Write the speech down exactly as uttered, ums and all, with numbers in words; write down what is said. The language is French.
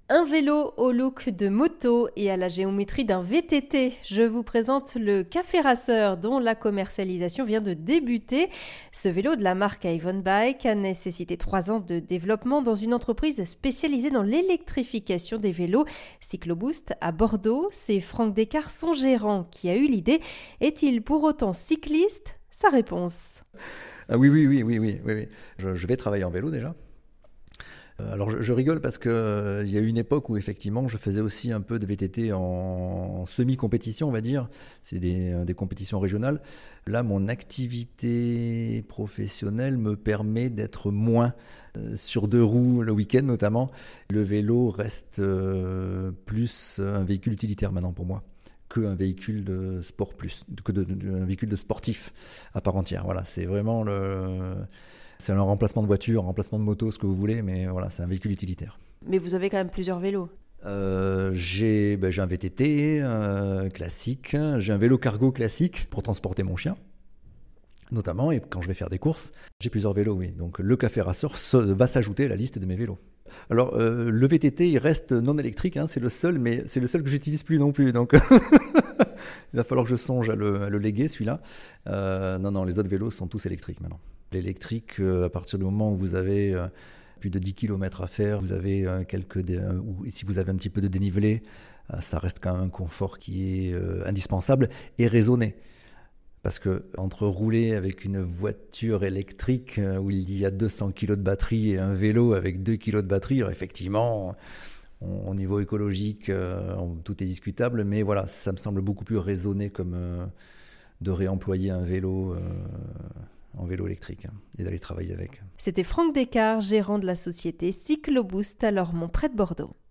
Un vélo au look de moto et à la géométrie d'un V T T. Je vous présente le Café Racer dont la commercialisation vient de débuter. Ce vélo de la marque Avon Bike a nécessité trois ans de développement dans une entreprise spécialisée dans l'électrification des vélos, Cycloboost à Bordeaux. C'est Franck Descartes, son gérant, qui a eu l'idée. Est-il pour autant cycliste ? Sa réponse. Ah oui, oui, oui, oui, oui, oui, oui. Je, je vais travailler en vélo déjà. Alors je, je rigole parce que euh, il y a eu une époque où effectivement je faisais aussi un peu de V T T en, en semi-compétition, on va dire. C'est des, des compétitions régionales. Là, mon activité professionnelle me permet d'être moins euh, sur deux roues le week-end notamment. Le vélo reste euh, plus un véhicule utilitaire maintenant pour moi qu'un véhicule de sport plus, que de, de, un véhicule de sportif à part entière. Voilà, c'est vraiment le... C'est un remplacement de voiture, un remplacement de moto, ce que vous voulez, mais voilà, c'est un véhicule utilitaire. Mais vous avez quand même plusieurs vélos. Euh, j'ai, ben, j'ai un V T T euh, classique, j'ai un vélo cargo classique pour transporter mon chien, notamment, et quand je vais faire des courses, j'ai plusieurs vélos, oui. Donc le Café Racer va s'ajouter à la liste de mes vélos. Alors euh, le V T T, il reste non électrique, hein, c'est le seul, mais c'est le seul que j'utilise plus non plus, donc il va falloir que je songe à le, à le léguer celui-là. Euh, non, non, les autres vélos sont tous électriques maintenant. L'électrique, euh, à partir du moment où vous avez euh, plus de dix kilomètres à faire, vous avez euh, quelques dé- euh, ou si vous avez un petit peu de dénivelé, euh, ça reste quand même un confort qui est euh, indispensable et raisonné. Parce que entre rouler avec une voiture électrique euh, où il y a deux cents kilos de batterie et un vélo avec deux kilos de batterie, alors effectivement, on, au niveau écologique, euh, on, tout est discutable, mais voilà, ça me semble beaucoup plus raisonné comme euh, de réemployer un vélo euh, en vélo électrique hein, et d'aller travailler avec. C'était Franck Descartes, gérant de la société Cycloboost à Lormont près de Bordeaux.